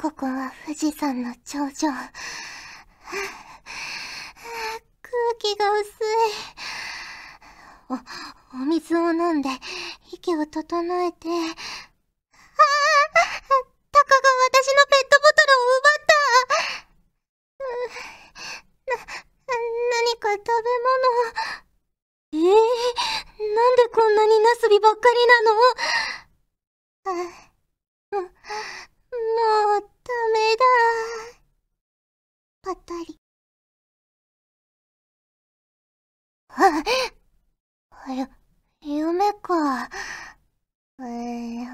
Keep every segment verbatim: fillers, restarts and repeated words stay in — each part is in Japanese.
ここは富士山の頂上。空気が薄い。お、お水を飲んで、息を整えて。ああ、タカが私のペットボトルを奪った。な、何か食べ物。ええー、なんでこんなにナスビばっかりなの？あ、も、もうダメだ。ぱたり。あ、ゆ、夢か。えー、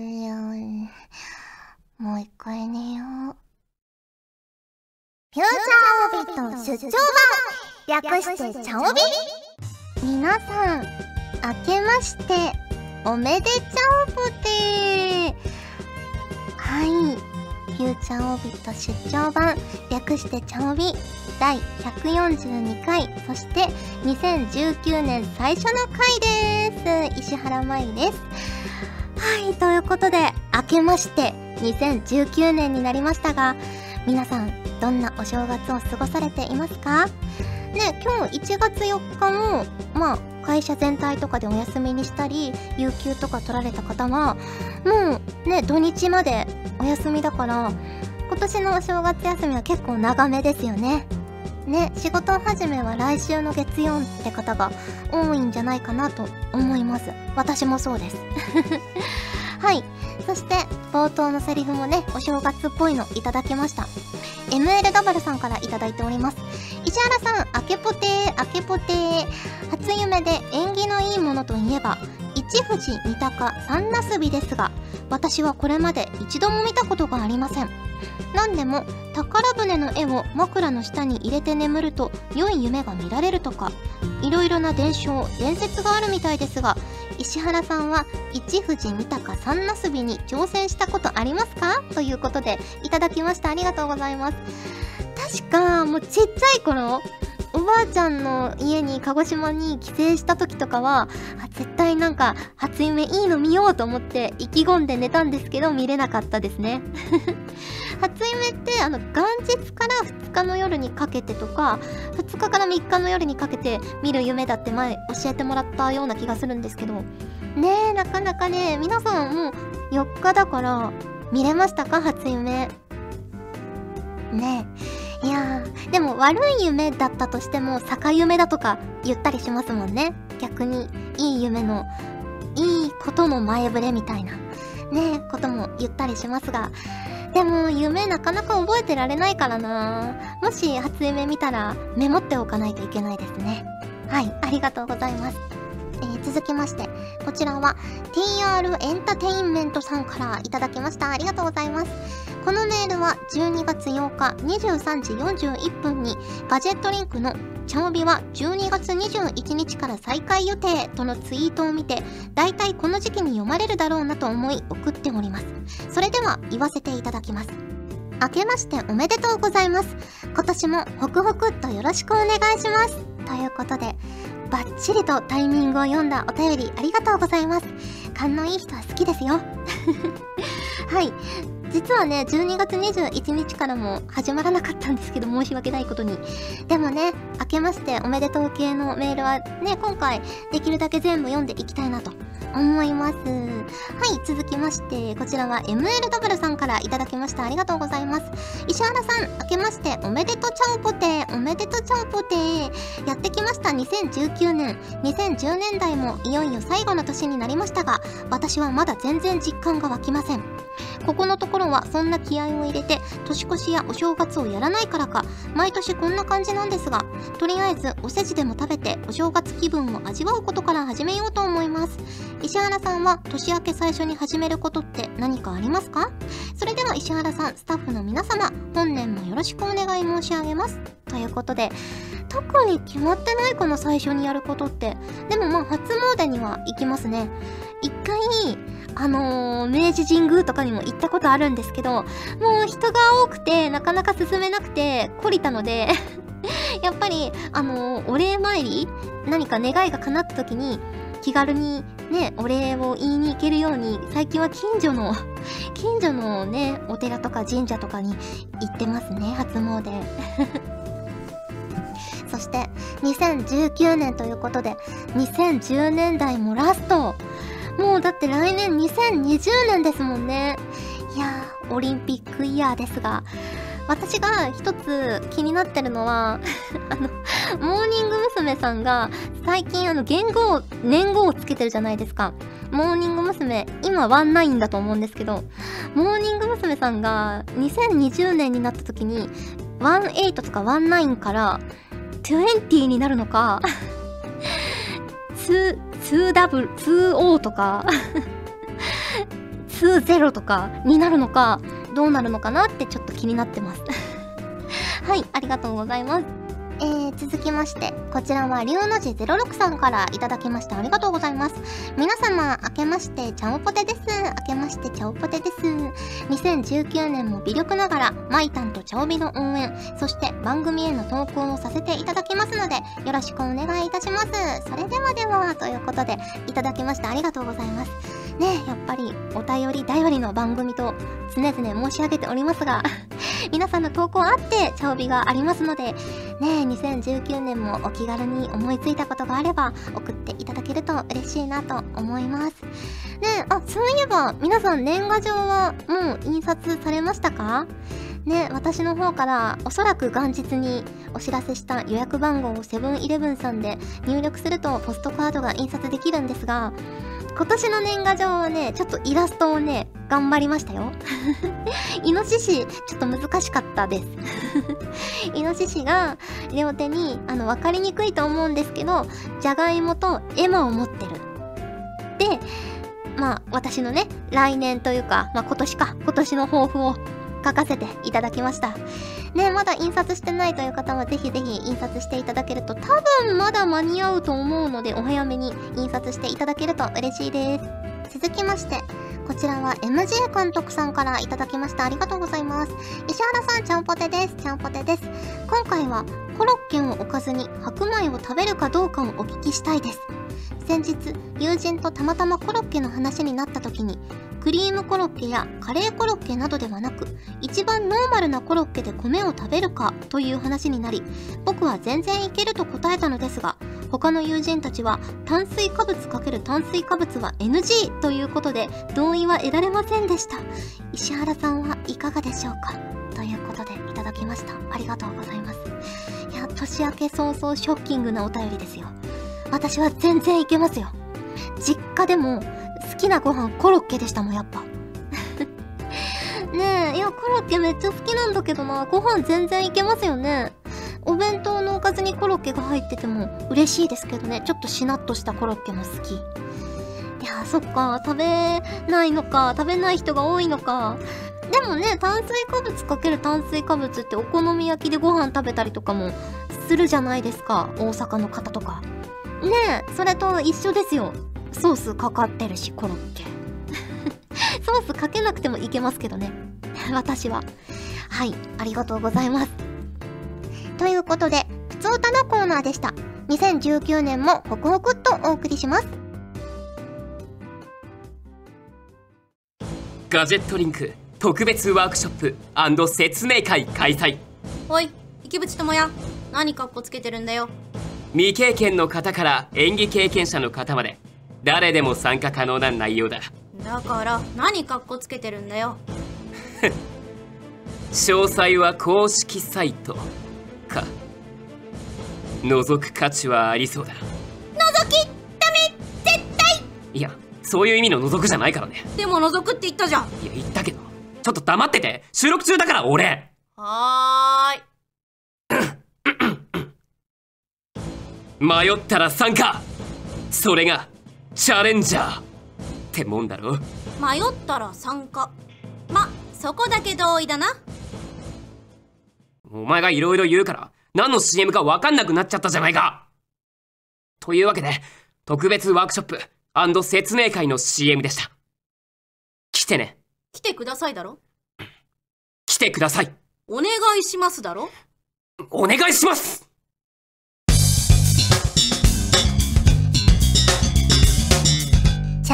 もう一回寝よう。フューチャーオビット出張版、略してチャオビ。皆さん、明けましておめでちゃおぽてー。はい、フューチャーオビット出張版、略してチャオビだいひゃくよんじゅうにかい、そしてにせんじゅうきゅうねん最初の回でーす。石原舞です。はい、ということで明けましてにせんじゅうきゅうねんになりましたが、皆さんどんなお正月を過ごされていますかね。今日いちがつよっかもまあ会社全体とかでお休みにしたり有給とか取られた方はもうね土日までお休みだから、今年のお正月休みは結構長めですよね。ね、仕事始めは来週の月曜って方が多いんじゃないかなと思います。私もそうですはい、そして冒頭のセリフもね、お正月っぽいのいただきました。 エムエルダブル さんからいただいております。石原さん、明けぽてー明けぽてー。初夢で縁起のいいものといえば一富士二鷹三なすびですが、私はこれまで一度も見たことがありません。なんでも宝船の絵を枕の下に入れて眠ると良い夢が見られるとか、いろいろな伝承伝説があるみたいですが、石原さんは一富士二鷹三なすびに挑戦したことありますか？ということでいただきました。ありがとうございます。確かもうちっちゃい頃、おばあちゃんの家に鹿児島に帰省した時とかは、あ、絶対なんか初夢いいの見ようと思って意気込んで寝たんですけど、見れなかったですね初夢ってあの元日からふつかの夜にかけてとかふつかからみっかの夜にかけて見る夢だって前教えてもらったような気がするんですけどね。え、なかなかね、皆さんもうよっかだから見れましたか？初夢ねえ。いやー、でも悪い夢だったとしても逆夢だとか言ったりしますもんね。逆にいい夢のいいことの前触れみたいなねことも言ったりしますが、でも夢なかなか覚えてられないからな。もし初夢見たらメモっておかないといけないですね。はい、ありがとうございます。えー、続きまして、こちらは ティーアール エンタテインメントさんからいただきました。ありがとうございます。このメールはじゅうにがつようかにじゅうさんじよんじゅういっぷんにガジェットリンクのチャオビはじゅうにがつにじゅういちにちから再開予定とのツイートを見て、だいたいこの時期に読まれるだろうなと思い送っております。それでは言わせていただきます。明けましておめでとうございます。今年もホクホクっとよろしくお願いします。ということで、バッチリとタイミングを読んだお便りありがとうございます。勘のいい人は好きですよはい、実はねじゅうにがつにじゅういちにちからも始まらなかったんですけど、申し訳ないことに。でもね、明けましておめでとう系のメールはね、今回できるだけ全部読んでいきたいなと思います。はい、続きましてこちらは エムエルダブル さんからいただきました。ありがとうございます。石原さん、明けましておめでとちゃおぽておめでとちゃおぽて。やってきましたにせんじゅうきゅうねん。にせんじゅうねんだいもいよいよ最後の年になりましたが、私はまだ全然実感が湧きません。ここのところはそんな気合を入れて年越しやお正月をやらないからか、毎年こんな感じなんですが、とりあえずおせちでも食べてお正月気分を味わうことから始めようと思います。石原さんは年明け最初に始めることって何かありますか？それでは石原さん、スタッフの皆様、本年もよろしくお願い申し上げます。ということで、特に決まってないかな、最初にやることって。でもまあ初詣には行きますね。一回あのー、明治神宮とかにも行ったことあるんですけど、もう人が多くてなかなか進めなくて懲りたのでやっぱりあのー、お礼参り、何か願いが叶った時に気軽にね、お礼を言いに行けるように、最近は近所の、近所のね、お寺とか神社とかに行ってますね、初詣。そして、にせんじゅうきゅうねんということで、にせんじゅうねんだいもラスト。もうだって来年にせんにじゅうねんですもんね。いやー、オリンピックイヤーですが、私が一つ気になってるのはあのモーニング娘。さんが最近あの元号年号をつけてるじゃないですか。モーニング娘。今じゅうきゅうだと思うんですけど、モーニング娘。さんがにせんにじゅうねんになった時にじゅうはちとかじゅうきゅうからにじゅうになるのかに にダブル にオー とかにゼロとかになるのかどうなるのかなってちょっと気になってますはい、ありがとうございます。えー、続きまして、こちらは龍の字ゼロろくさんからいただきましてありがとうございます。皆様、明けましてちゃおぽてです。明けましてちゃおぽてです。にせんじゅうきゅうねんも微力ながら、マイタンとちゃおびの応援、そして番組への投稿をさせていただきますので、よろしくお願いいたします。それではでは、ということで、いただきましてありがとうございます。ねえ、やっぱりお便り頼りの番組と常々申し上げておりますが皆さんの投稿あってチャオビがありますのでねえ、にせんじゅうきゅうねんもお気軽に思いついたことがあれば送っていただけると嬉しいなと思います。ねえ、あ、そういえば皆さん年賀状はもう印刷されましたかね。私の方からおそらく元日にお知らせした予約番号をセブンイレブンさんで入力するとポストカードが印刷できるんですが、今年の年賀状はね、ちょっとイラストをね、頑張りましたよ。イノシシ、ちょっと難しかったです。イノシシが両手に、あの、わかりにくいと思うんですけど、じゃがいもとエマを持ってる。で、まあ、私のね、来年というか、まあ今年か、今年の抱負を書かせていただきました。ね、まだ印刷してないという方はぜひぜひ印刷していただけると多分まだ間に合うと思うのでお早めに印刷していただけると嬉しいです。続きまして、こちらは エムジェー 監督さんからいただきましたありがとうございます。石原さん、ちゃんぽてです。ちゃんぽてです。今回はコロッケを置かずに白米を食べるかどうかをお聞きしたいです。先日友人とたまたまコロッケの話になった時に、クリームコロッケやカレーコロッケなどではなく、一番ノーマルなコロッケで米を食べるかという話になり、僕は全然いけると答えたのですが、他の友人たちは炭水化物×炭水化物は エヌジー ということで同意は得られませんでした。石原さんはいかがでしょうか、ということでいただきました。ありがとうございます。いや、年明け早々ショッキングなお便りですよ。私は全然いけますよ。実家でも好きなご飯コロッケでしたもん、やっぱ。ねえ、いや、コロッケめっちゃ好きなんだけどな、ご飯全然いけますよね。お弁当のおかずにコロッケが入ってても嬉しいですけどね、ちょっとしなっとしたコロッケも好き。いや、そっか、食べないのか、食べない人が多いのか。でもね、炭水化物×炭水化物ってお好み焼きでご飯食べたりとかもするじゃないですか、大阪の方とか。ねえ、それと一緒ですよ。ソースかかってるし、コロッケ。ソースかけなくてもいけますけどね。私は。はい、ありがとうございます。ということで、ふつおたのコーナーでした。にせんじゅうきゅうねんもホクホクっとお送りします。 ガジェットリンク特別ワークショップ&説明会開催。 おい、池淵智也、何かっこつけてるんだよ。 未経験の方から演技経験者の方まで誰でも参加可能な内容だ。 だから何かっこつけてるんだよ。 詳細は公式サイトか。覗く価値はありそうだ。 覗きダメ、絶対。 いや、そういう意味の覗くじゃないからね。 でも覗くって言ったじゃん。 いや、言ったけどちょっと黙ってて、収録中だから俺。 はーい。 迷ったら参加。それがチャレンジャーってもんだろ。 迷ったら参加。ま、そこだけ同意だな。 お前がいろいろ言うから何の シーエム か分かんなくなっちゃったじゃないか。というわけで特別ワークショップ&説明会の シーエム でした。来てね。 来てくださいだろ。 来てください。 お願いしますだろ。 お願いします。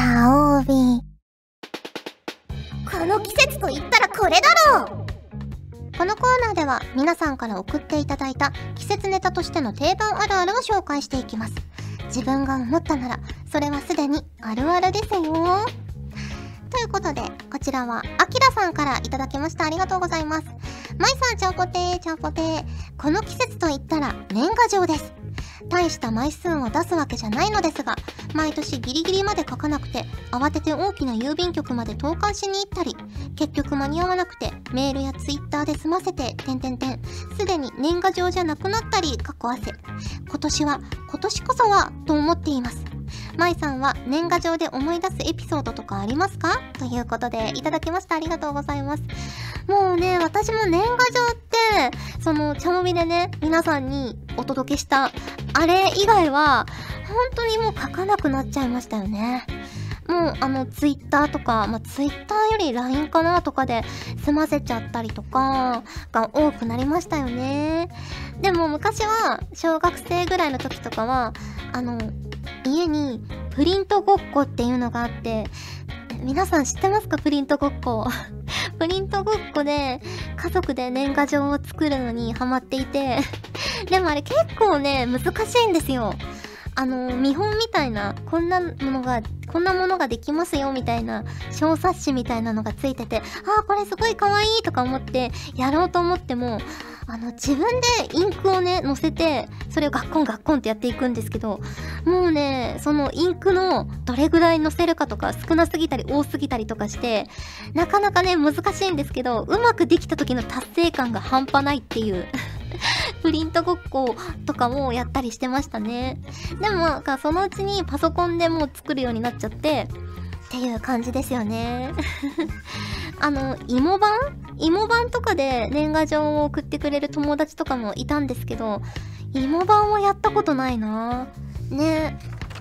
ャオビ。この季節と言ったらこれだろう。このコーナーでは皆さんから送っていただいた季節ネタとしての定番あるあるを紹介していきます。自分が思ったならそれはすでにあるあるですよ。ということで、こちらはあきらさんからいただきました。ありがとうございます。まいさん、ちゃんぽてーちゃんぽてー。この季節と言ったら年賀状です。大した枚数を出すわけじゃないのですが、毎年ギリギリまで書かなくて慌てて大きな郵便局まで投函しに行ったり、結局間に合わなくてメールやツイッターで済ませて点々点すでに年賀状じゃなくなったり、かっこ汗。今年は今年こそはと思っています。まいさんは年賀状で思い出すエピソードとかありますか？ということでいただきました。ありがとうございます。もうね、私も年賀状ってその茶もみでね、皆さんにお届けしたあれ以外は本当にもう書かなくなっちゃいましたよね。もうあのツイッターとか、まあ、ツイッターより ライン かなとかで済ませちゃったりとかが多くなりましたよね。でも昔は小学生ぐらいの時とかはあの家にプリントごっこっていうのがあって、皆さん知ってますか？プリントごっこプリントごっこで家族で年賀状を作るのにハマっていてでもあれ結構ね難しいんですよ。あの見本みたいなこんなものがこんなものができますよみたいな小冊子みたいなのがついてて、あーこれすごい可愛いとか思ってやろうと思っても、あの自分でインクをね乗せてそれをガッコンガッコンってやっていくんですけど、もうねそのインクのどれぐらい乗せるかとか少なすぎたり多すぎたりとかしてなかなかね難しいんですけど、うまくできた時の達成感が半端ないっていうプリントごっことかもやったりしてましたね。でもなんかそのうちにパソコンでもう作るようになっちゃってっていう感じですよねあの芋版芋版とかで年賀状を送ってくれる友達とかもいたんですけど、芋版はやったことないなね。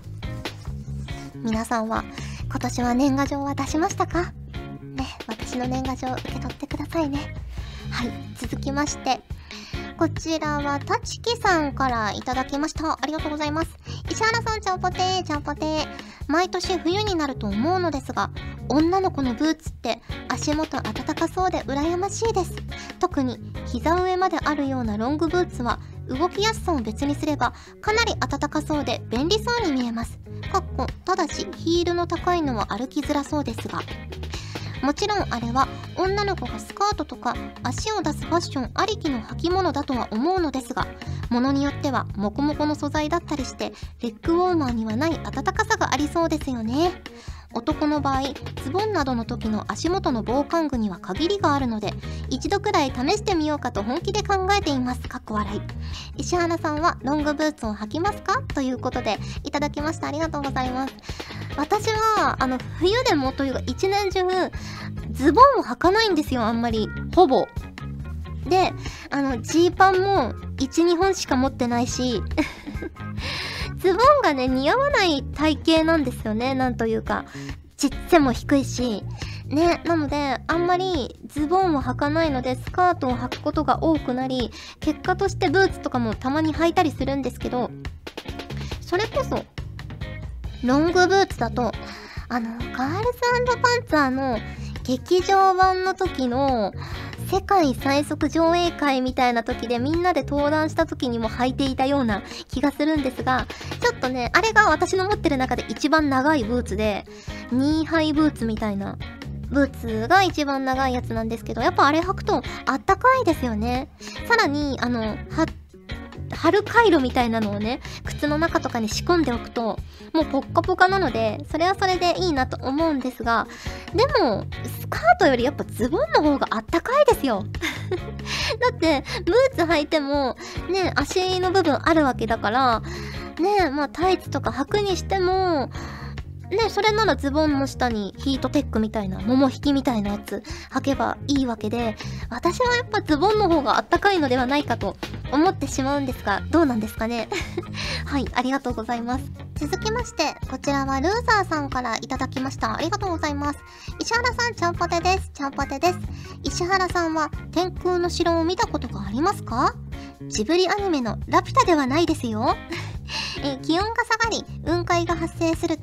皆さんは今年は年賀状は出しましたかね。私の年賀状受け取ってくださいね。はい、続きましてこちらはたちきさんからいただきました。ありがとうございます。石原さん、ちゃんぽてーちゃんぽてー。毎年冬になると思うのですが、女の子のブーツって足元暖かそうで羨ましいです。特に膝上まであるようなロングブーツは動きやすさを別にすればかなり暖かそうで便利そうに見えます。かっこただしヒールの高いのは歩きづらそうですが、もちろんあれは女の子がスカートとか足を出すファッションありきの履物だとは思うのですが、ものによってはモコモコの素材だったりしてレッグウォーマーにはない暖かさがありそうですよね。男の場合ズボンなどの時の足元の防寒具には限りがあるので、一度くらい試してみようかと本気で考えています。かっこ笑い。石原さんはロングブーツを履きますかということでいただきました。ありがとうございます。私はあの冬でもというか一年中ズボンを履かないんですよ、あんまり。ほぼで、あのジーパンも いちにほんしか持ってないしズボンがね似合わない体型なんですよね。なんというかちっちゃも低いしね、なのであんまりズボンを履かないのでスカートを履くことが多くなり、結果としてブーツとかもたまに履いたりするんですけど、それこそロングブーツだとあのガールズ&パンツァーの劇場版の時の世界最速上映会みたいな時でみんなで登壇した時にも履いていたような気がするんですが、ちょっとねあれが私の持ってる中で一番長いブーツで、ニーハイブーツみたいなブーツが一番長いやつなんですけど、やっぱあれ履くとあったかいですよね。さらにあのは春回路みたいなのをね靴の中とかに仕込んでおくともうポッカポカなので、それはそれでいいなと思うんですが、でもスカートよりやっぱズボンの方があったかいですよだってブーツ履いてもね足の部分あるわけだからね、まあタイツとか履くにしてもね、それならズボンの下にヒートテックみたいな、もも引きみたいなやつ履けばいいわけで、私はやっぱズボンの方があったかいのではないかと思ってしまうんですが、どうなんですかねはい、ありがとうございます。続きまして、こちらはルーザーさんからいただきました。ありがとうございます。石原さん、ちゃんぽてです。ちゃんぽてです。石原さんは天空の城を見たことがありますか？ジブリアニメのラピュタではないですよえ気温が下がり雲海が発生すると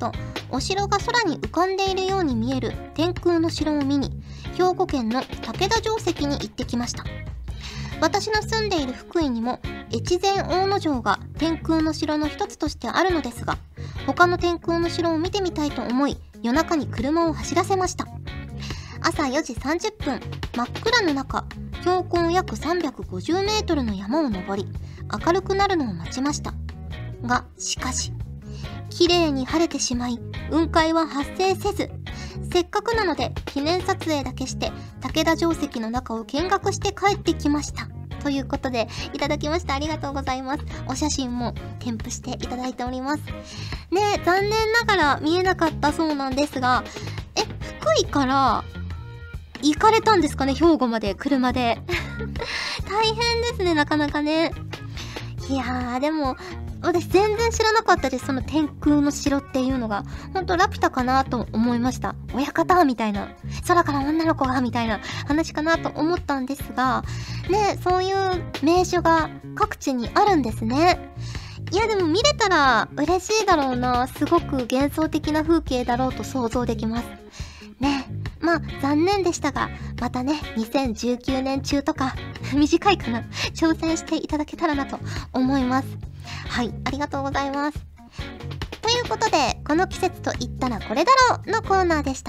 お城が空に浮かんでいるように見える天空の城を見に、兵庫県の竹田城跡に行ってきました。私の住んでいる福井にも越前大野城が天空の城の一つとしてあるのですが、他の天空の城を見てみたいと思い、夜中に車を走らせました。朝よじさんじゅっぷん、真っ暗の中、標高約さんびゃくごじゅうメートルの山を登り、明るくなるのを待ちました。が、しかし、綺麗に晴れてしまい、雲海は発生せず、せっかくなので記念撮影だけして竹田城跡の中を見学して帰ってきました。ということで、いただきました。ありがとうございます。お写真も添付していただいております。ねえ、残念ながら見えなかったそうなんですが、え、福井から行かれたんですかね、兵庫まで車で。大変ですね、なかなかね。いやー、でも、私全然知らなかったです。その天空の城っていうのが。ほんとラピュタかなと思いました。親方みたいな。空から女の子がみたいな話かなと思ったんですが、ね、そういう名所が各地にあるんですね。いやでも見れたら嬉しいだろうな。すごく幻想的な風景だろうと想像できます。ね。まあ残念でしたが、またね、にせんじゅうきゅうねん中とか、短いかな、挑戦していただけたらなと思います。はい、ありがとうございます。ということで、この季節と言ったらこれだろうのコーナーでした。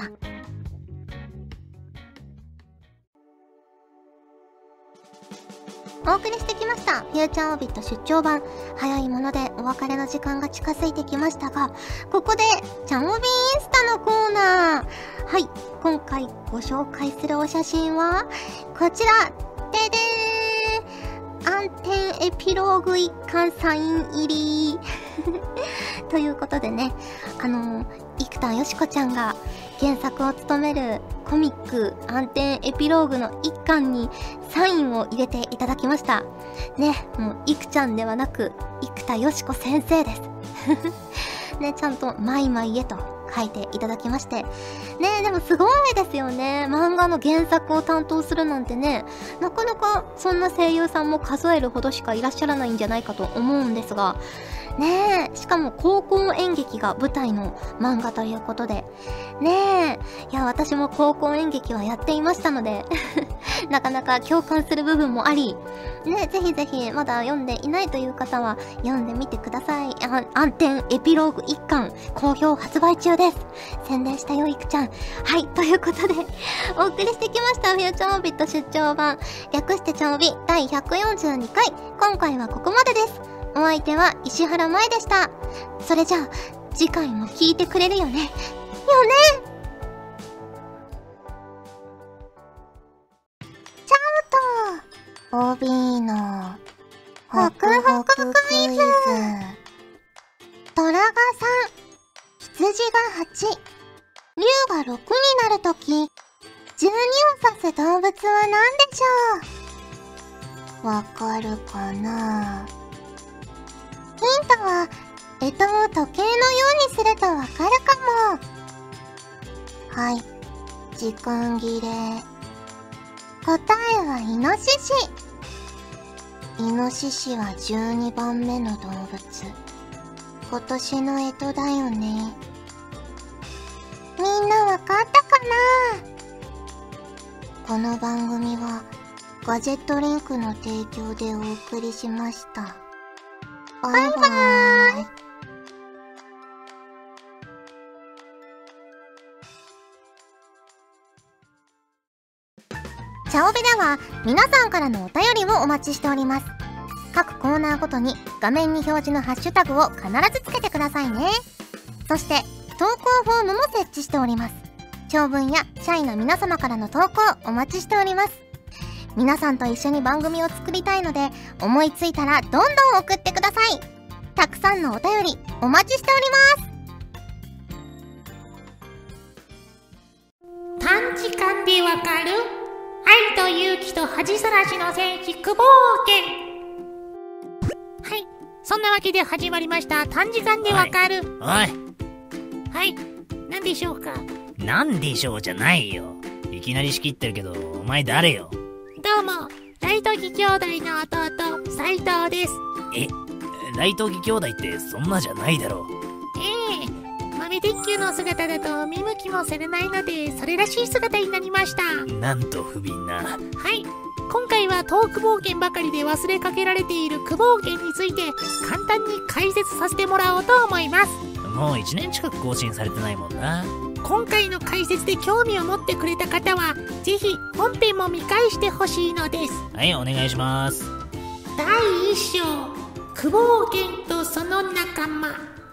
お送りしてきましたフューチャーオービット出張版。早いものでお別れの時間が近づいてきましたが、ここでチャオビーインスタのコーナー。はい、今回ご紹介するお写真はこちら。ででーん、暗転エピローグ一巻サイン入りということでね、あの生田よしこちゃんが原作を務めるコミック暗転エピローグの一巻にサインを入れていただきましたね。もういくちゃんではなく生田よしこ先生ですね、ちゃんとマイマイへと書いていただきまして。ね、でもすごいですよね。漫画の原作を担当するなんてね、なかなかそんな声優さんも数えるほどしかいらっしゃらないんじゃないかと思うんですが、ねえ、しかも高校演劇が舞台の漫画ということで、ねえ、いや、私も高校演劇はやっていましたので、なかなか共感する部分もあり、ね、ぜひぜひまだ読んでいないという方は読んでみてください。あ暗転エピローグ一巻好評発売中です。宣伝したよ、いくちゃん。はい、ということでお送りしてきましたフューチャーオービット出張版、略してチャオビだいひゃくよんじゅうにかい。今回はここまでです。お相手は石原舞でした。それじゃあ次回も聞いてくれるよね。よね。ちゃうと オービー のホクホククイズ。虎がさん、羊がはち、竜がろくになるとき、じゅうにを指す動物は何でしょう？わかるかな？ヒントは、干支を時計のようにするとわかるかも。はい、時間切れ。答えはイノシシ。イノシシはじゅうにばんめの動物。今年の干支だよね。みんなわかったかな？この番組はガジェットリンクの提供でお送りしました。バイバーイ。チャオベでは皆さんからのお便りをお待ちしております。各コーナーごとに画面に表示のハッシュタグを必ずつけてくださいね。そして投稿フォームも設置しております。長文や社員の皆様からの投稿お待ちしております。皆さんと一緒に番組を作りたいので、思いついたらどんどん送ってください。たくさんのお便りお待ちしております。短時間でわかる愛と勇気と恥さらしの戦士久保剣。はい、そんなわけで始まりました短時間でわかる。 おい、 はい、何でしょうか。 なんでしょうじゃないよ。いきなり仕切ってるけど、お前誰よ。 どうも、ライトギ兄弟の弟斉藤です。 え、ライトギ兄弟ってそんなじゃないだろう。 ええ、ま豆鉄球の姿だと見向きもされないので、それらしい姿になりました。 なんと不憫な。 はい、今回はトーク冒険ばかりで忘れかけられているク冒険について簡単に解説させてもらおうと思います。 もういちねん近く更新されてないもんな。 今回の解説で興味を持ってくれた方はぜひ本編も見返してほしいのです。 はい、お願いします。 だいいっ章、ク冒険とその仲間。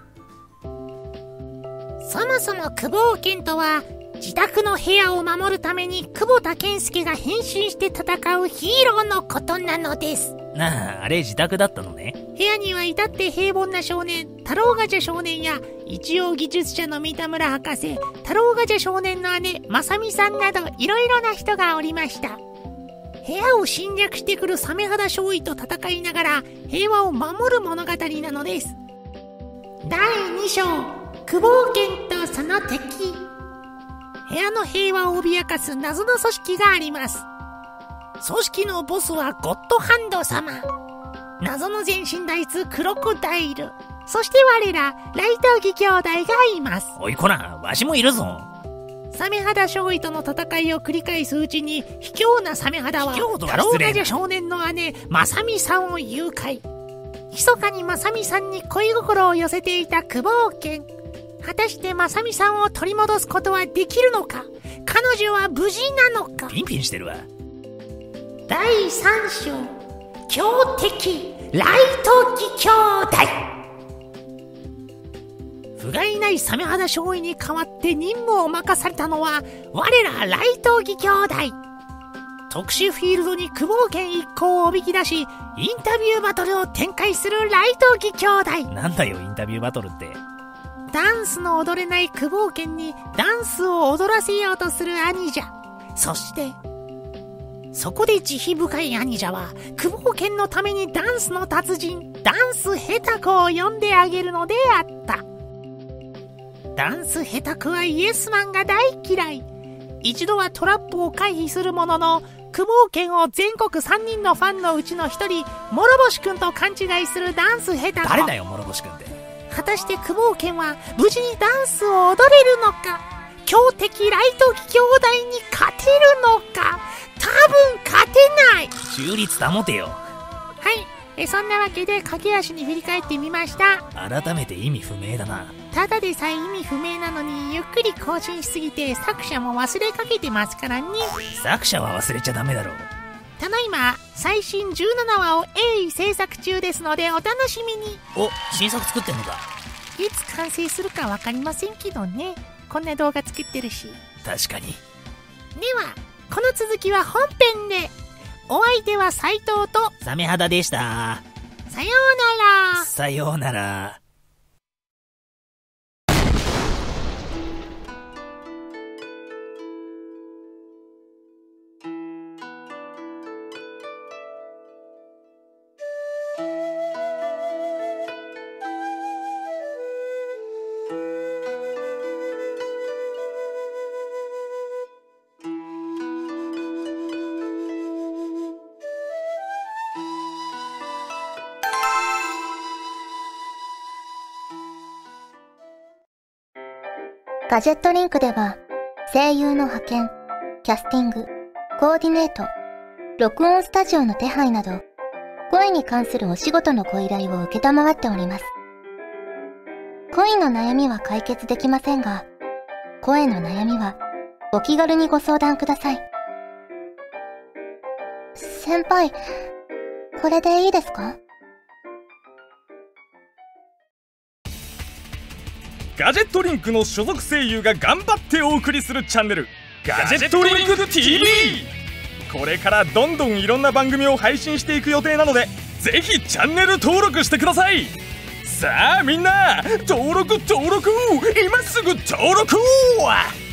そもそもク冒険とは、自宅の部屋を守るために久保田健介が変身して戦うヒーローのことなのです。 なあ、あれ自宅だったのね。 部屋には至って平凡な少年太郎ガチャ少年や一応技術者の三田村博士、太郎ガチャ少年の姉正美さんなどいろいろな人がおりました。部屋を侵略してくるサメ肌少尉と戦いながら平和を守る物語なのです。だいに章、ク冒険とその敵。部屋の平和を脅かす謎の組織があります。組織のボスはゴッドハンド様、謎の全身大豆クロコダイル、そして我らライトギ兄弟がいます。 おいこら、わしもいるぞ。 サメ肌少尉との戦いを繰り返すうちに卑怯なサメ肌は卑怯とは太郎失礼なガチャ少年の姉正美さんを誘拐。密かに正美さんに恋心を寄せていたク冒険。果たして正美さんを取り戻すことはできるのか。彼女は無事なのか。 ピンピンしてるわ。 だいさん章、強敵ライトギ兄弟。不甲斐ないサメ肌少尉に代わって任務を任されたのは我らライトギ兄弟。特殊フィールドにク冒険一行をおびき出しインタビューバトルを展開するライトギ兄弟。 なんだよインタビューバトルって。 ダンスの踊れないク冒険にダンスを踊らせようとする兄者。そしてそこで慈悲深い兄者はク冒険のためにダンスの達人ダンスヘタクを呼んであげるのであった。ダンスヘタクはイエスマンが大嫌い。一度はトラップを回避するもののク冒険を全国さんにんのファンのうちのひとり諸星くんと勘違いするダンスヘタク。 誰だよ諸星くんって。 果たしてク冒険は無事にダンスを踊れるのか。強敵ライトギ兄弟に勝てるのか。多分勝てない。 中立保てよ。 はい、えそんなわけで駆け足に振り返ってみました。 改めて意味不明だな。 ただでさえ意味不明なのにゆっくり更新しすぎて作者も忘れかけてますからね。 作者は忘れちゃダメだろう。 ただいま最新じゅうななわを鋭意制作中ですのでお楽しみに。 お、新作作ってんのか。 いつ完成するか分かりませんけどね。こんな動画作ってるし。 確かに。 ではこの続きは本編で。お相手は斉藤とサメ肌でした。 さようなら。 さようなら。 ガジェットリンクでは声優の派遣、キャスティング、コーディネート、録音スタジオの手配など声に関するお仕事のご依頼を受けたまわっております。恋の悩みは解決できませんが、声の悩みはお気軽にご相談ください。先輩、これでいいですか？ ガジェットリンクの所属声優が頑張ってお送りするチャンネルガジェットリンク ティーブイ。 これからどんどんいろんな番組を配信していく予定なのでぜひチャンネル登録してください。さあみんな登録登録今すぐ登録。